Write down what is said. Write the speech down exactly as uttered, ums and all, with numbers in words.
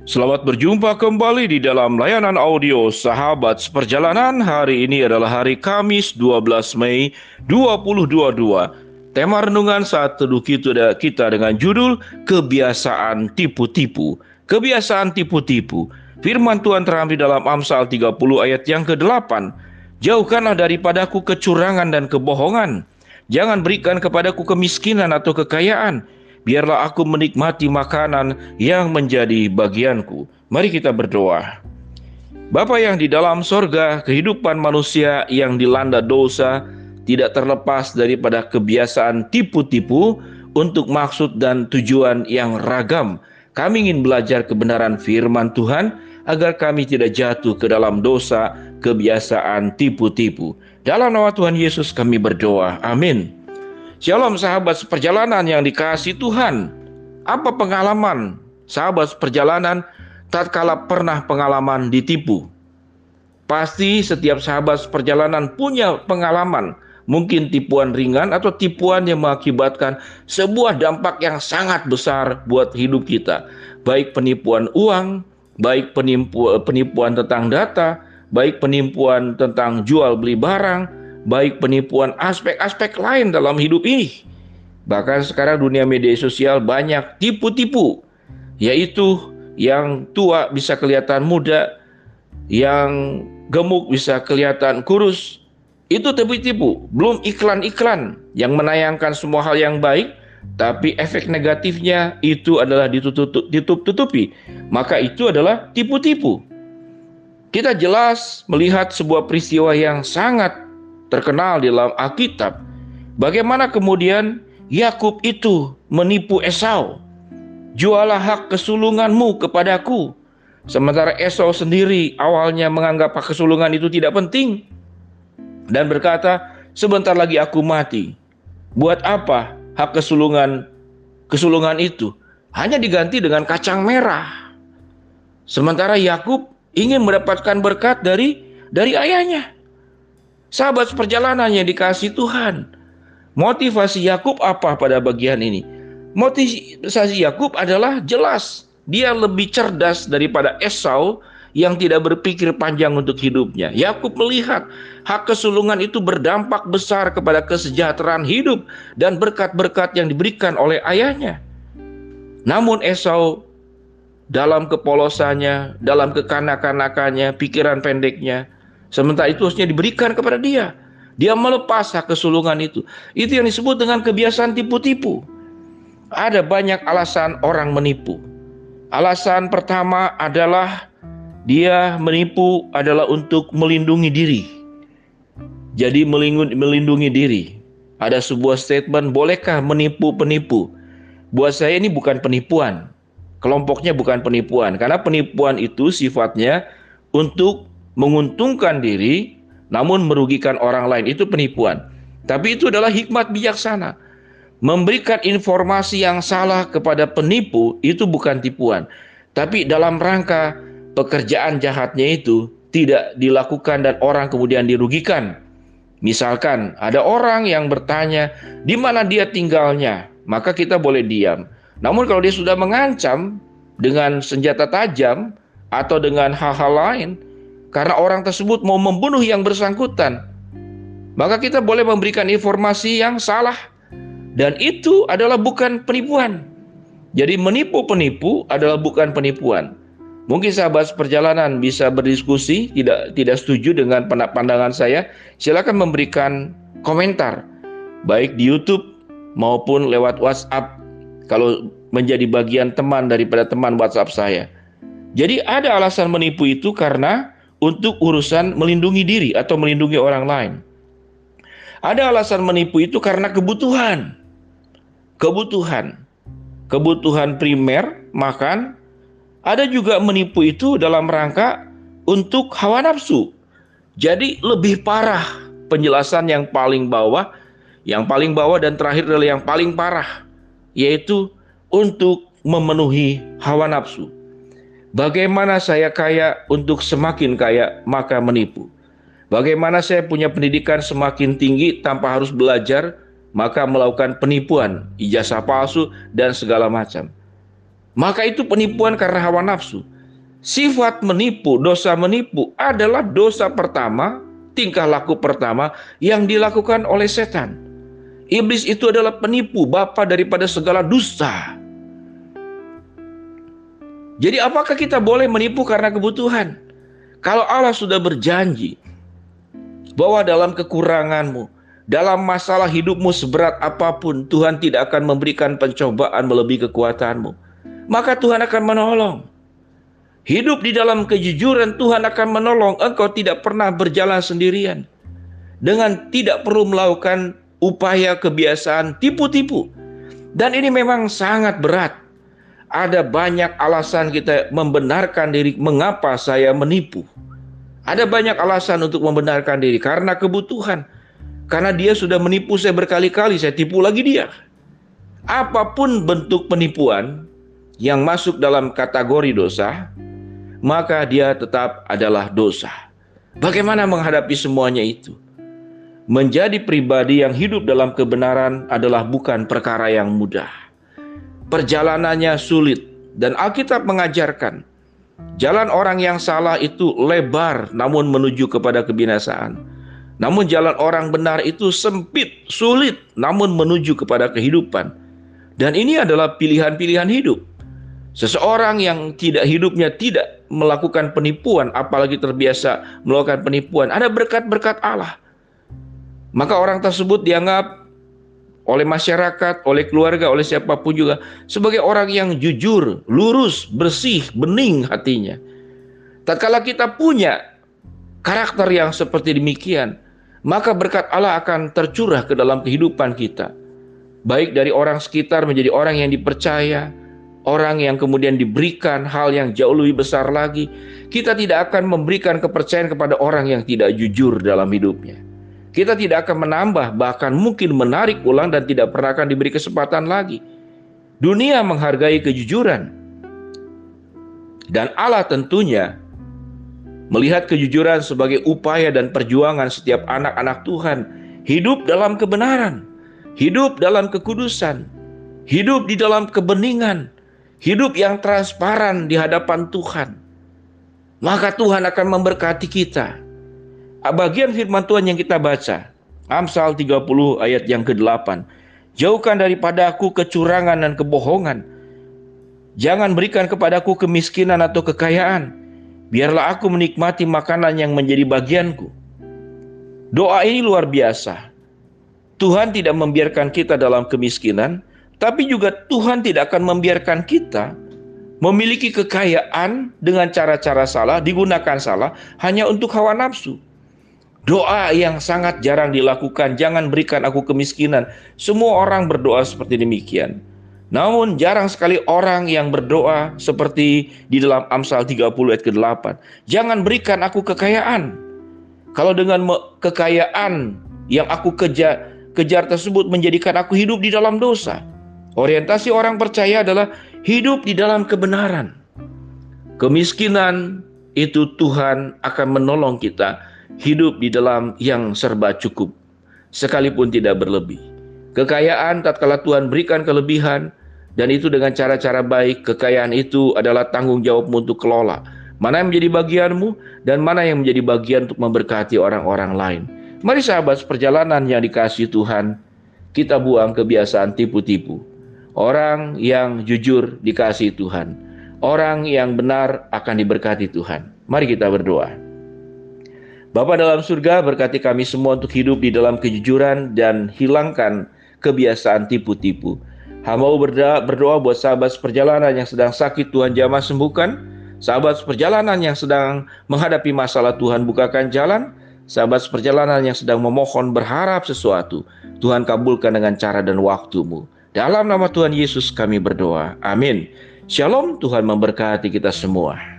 Selamat berjumpa kembali di dalam layanan audio Sahabat Seperjalanan. Hari ini adalah hari Kamis dua belas Mei dua ribu dua puluh dua. Tema renungan saat teduh kita kita dengan judul Kebiasaan Tipu-Tipu. Kebiasaan tipu-tipu. Firman Tuhan terambil dalam Amsal tiga puluh ayat yang kedelapan. Jauhkanlah daripadaku kecurangan dan kebohongan. Jangan berikan kepadaku kemiskinan atau kekayaan. Biarlah aku menikmati makanan yang menjadi bagianku. Mari kita berdoa. Bapa yang di dalam sorga, kehidupan manusia yang dilanda dosa tidak terlepas daripada kebiasaan tipu-tipu untuk maksud dan tujuan yang ragam. Kami ingin belajar kebenaran firman Tuhan agar kami tidak jatuh ke dalam dosa kebiasaan tipu-tipu. Dalam nama Tuhan Yesus kami berdoa. Amin. Shalom sahabat seperjalanan yang dikasihi Tuhan. Apa pengalaman sahabat seperjalanan tatkala pernah pengalaman ditipu? Pasti setiap sahabat seperjalanan punya pengalaman. Mungkin tipuan ringan atau tipuan yang mengakibatkan sebuah dampak yang sangat besar buat hidup kita. Baik penipuan uang, baik penipu, penipuan tentang data, baik penipuan tentang jual beli barang, baik penipuan aspek-aspek lain dalam hidup ini. Bahkan sekarang dunia media sosial banyak tipu-tipu, yaitu yang tua bisa kelihatan muda, yang gemuk bisa kelihatan kurus. Itu tipu-tipu. Belum iklan-iklan yang menayangkan semua hal yang baik, tapi efek negatifnya itu adalah ditutup-tutupi. Maka itu adalah tipu-tipu. Kita jelas melihat sebuah peristiwa yang sangat terkenal di dalam Alkitab. Bagaimana kemudian Yakub itu menipu Esau. Jualah hak kesulunganmu kepadaku. Sementara Esau sendiri awalnya menganggap hak kesulungan itu tidak penting. Dan berkata, sebentar lagi aku mati. Buat apa hak kesulungan kesulungan itu? Hanya diganti dengan kacang merah. Sementara Yakub ingin mendapatkan berkat dari dari ayahnya. Sahabat seperjalanan yang dikasihi Tuhan, motivasi Yakub apa pada bagian ini? Motivasi Yakub adalah jelas. Dia lebih cerdas daripada Esau yang tidak berpikir panjang untuk hidupnya. Yakub melihat hak kesulungan itu berdampak besar kepada kesejahteraan hidup dan berkat-berkat yang diberikan oleh ayahnya. Namun Esau dalam kepolosannya, dalam kekanak-kanakannya, pikiran pendeknya, sementara itu harusnya diberikan kepada dia. Dia melepas hak kesulungan itu. Itu yang disebut dengan kebiasaan tipu-tipu. Ada banyak alasan orang menipu. Alasan pertama adalah dia menipu adalah untuk melindungi diri. Jadi melindungi diri. Ada sebuah statement, bolehkah menipu penipu? Buat saya ini bukan penipuan. Kelompoknya bukan penipuan. Karena penipuan itu sifatnya untuk menguntungkan diri, namun merugikan orang lain. Itu penipuan. Tapi itu adalah hikmat bijaksana. Memberikan informasi yang salah kepada penipu itu bukan tipuan. Tapi dalam rangka pekerjaan jahatnya itu tidak dilakukan dan orang kemudian dirugikan. Misalkan ada orang yang bertanya di mana dia tinggalnya, maka kita boleh diam. Namun kalau dia sudah mengancam dengan senjata tajam atau dengan hal-hal lain, karena orang tersebut mau membunuh yang bersangkutan, maka kita boleh memberikan informasi yang salah. Dan itu adalah bukan penipuan. Jadi menipu penipu adalah bukan penipuan. Mungkin sahabat seperjalanan bisa berdiskusi, tidak tidak setuju dengan pandangan saya, silakan memberikan komentar baik di YouTube maupun lewat WhatsApp kalau menjadi bagian teman daripada teman WhatsApp saya. Jadi ada alasan menipu itu karena untuk urusan melindungi diri atau melindungi orang lain. Ada alasan menipu itu karena kebutuhan. Kebutuhan. Kebutuhan primer, makan. Ada juga menipu itu dalam rangka untuk hawa nafsu. Jadi lebih parah penjelasan yang paling bawah, yang paling bawah dan terakhir adalah yang paling parah, yaitu untuk memenuhi hawa nafsu. Bagaimana saya kaya untuk semakin kaya, maka menipu. Bagaimana saya punya pendidikan semakin tinggi tanpa harus belajar, maka melakukan penipuan, ijazah palsu dan segala macam. Maka itu penipuan karena hawa nafsu. Sifat menipu, dosa menipu adalah dosa pertama, tingkah laku pertama yang dilakukan oleh setan. Iblis itu adalah penipu, bapa daripada segala dusta. Jadi apakah kita boleh menipu karena kebutuhan? Kalau Allah sudah berjanji bahwa dalam kekuranganmu, dalam masalah hidupmu seberat apapun, Tuhan tidak akan memberikan pencobaan melebihi kekuatanmu, maka Tuhan akan menolong. Hidup di dalam kejujuran, Tuhan akan menolong. Engkau tidak pernah berjalan sendirian, dengan tidak perlu melakukan upaya kebiasaan tipu-tipu. Dan ini memang sangat berat. Ada banyak alasan kita membenarkan diri, mengapa saya menipu. Ada banyak alasan untuk membenarkan diri, karena kebutuhan. Karena dia sudah menipu saya berkali-kali, saya tipu lagi dia. Apapun bentuk penipuan yang masuk dalam kategori dosa, maka dia tetap adalah dosa. Bagaimana menghadapi semuanya itu? Menjadi pribadi yang hidup dalam kebenaran adalah bukan perkara yang mudah. Perjalanannya sulit, dan Alkitab mengajarkan jalan orang yang salah itu lebar namun menuju kepada kebinasaan. Namun jalan orang benar itu sempit, sulit namun menuju kepada kehidupan. Dan ini adalah pilihan-pilihan hidup. Seseorang yang tidak hidupnya tidak melakukan penipuan, apalagi terbiasa melakukan penipuan, ada berkat-berkat Allah, maka orang tersebut dianggap oleh masyarakat, oleh keluarga, oleh siapapun juga sebagai orang yang jujur, lurus, bersih, bening hatinya. Tatkala kita punya karakter yang seperti demikian, maka berkat Allah akan tercurah ke dalam kehidupan kita, baik dari orang sekitar menjadi orang yang dipercaya, orang yang kemudian diberikan hal yang jauh lebih besar lagi. Kita tidak akan memberikan kepercayaan kepada orang yang tidak jujur dalam hidupnya. Kita tidak akan menambah, bahkan mungkin menarik ulang dan tidak pernah akan diberi kesempatan lagi. Dunia menghargai kejujuran. Dan Allah tentunya melihat kejujuran sebagai upaya dan perjuangan setiap anak-anak Tuhan. Hidup dalam kebenaran, hidup dalam kekudusan, hidup di dalam kebeningan, hidup yang transparan di hadapan Tuhan. Maka Tuhan akan memberkati kita. Bagian firman Tuhan yang kita baca, Amsal tiga puluh ayat yang kedelapan. Jauhkan daripada aku kecurangan dan kebohongan. Jangan berikan kepadaku kemiskinan atau kekayaan. Biarlah aku menikmati makanan yang menjadi bagianku. Doa ini luar biasa. Tuhan tidak membiarkan kita dalam kemiskinan, tapi juga Tuhan tidak akan membiarkan kita memiliki kekayaan dengan cara-cara salah, digunakan salah, hanya untuk hawa nafsu. Doa yang sangat jarang dilakukan, jangan berikan aku kemiskinan. Semua orang berdoa seperti demikian. Namun jarang sekali orang yang berdoa seperti di dalam Amsal tiga puluh ayat kedelapan. Jangan berikan aku kekayaan. Kalau dengan kekayaan yang aku kejar, kejar tersebut menjadikan aku hidup di dalam dosa. Orientasi orang percaya adalah hidup di dalam kebenaran. Kemiskinan itu Tuhan akan menolong kita hidup di dalam yang serba cukup, sekalipun tidak berlebih. Kekayaan tatkala Tuhan berikan kelebihan, dan itu dengan cara-cara baik, kekayaan itu adalah tanggung jawabmu untuk kelola. Mana yang menjadi bagianmu, dan mana yang menjadi bagian untuk memberkati orang-orang lain. Mari sahabat seperjalanan yang dikasihi Tuhan, kita buang kebiasaan tipu-tipu. Orang yang jujur dikasihi Tuhan. Orang yang benar akan diberkati Tuhan. Mari kita berdoa. Bapa dalam surga, berkati kami semua untuk hidup di dalam kejujuran dan hilangkan kebiasaan tipu-tipu. Hamba berdoa, berdoa buat sahabat seperjalanan yang sedang sakit, Tuhan jamah sembuhkan. Sahabat seperjalanan yang sedang menghadapi masalah, Tuhan bukakan jalan. Sahabat seperjalanan yang sedang memohon berharap sesuatu, Tuhan kabulkan dengan cara dan waktu-Mu. Dalam nama Tuhan Yesus kami berdoa. Amin. Shalom, Tuhan memberkati kita semua.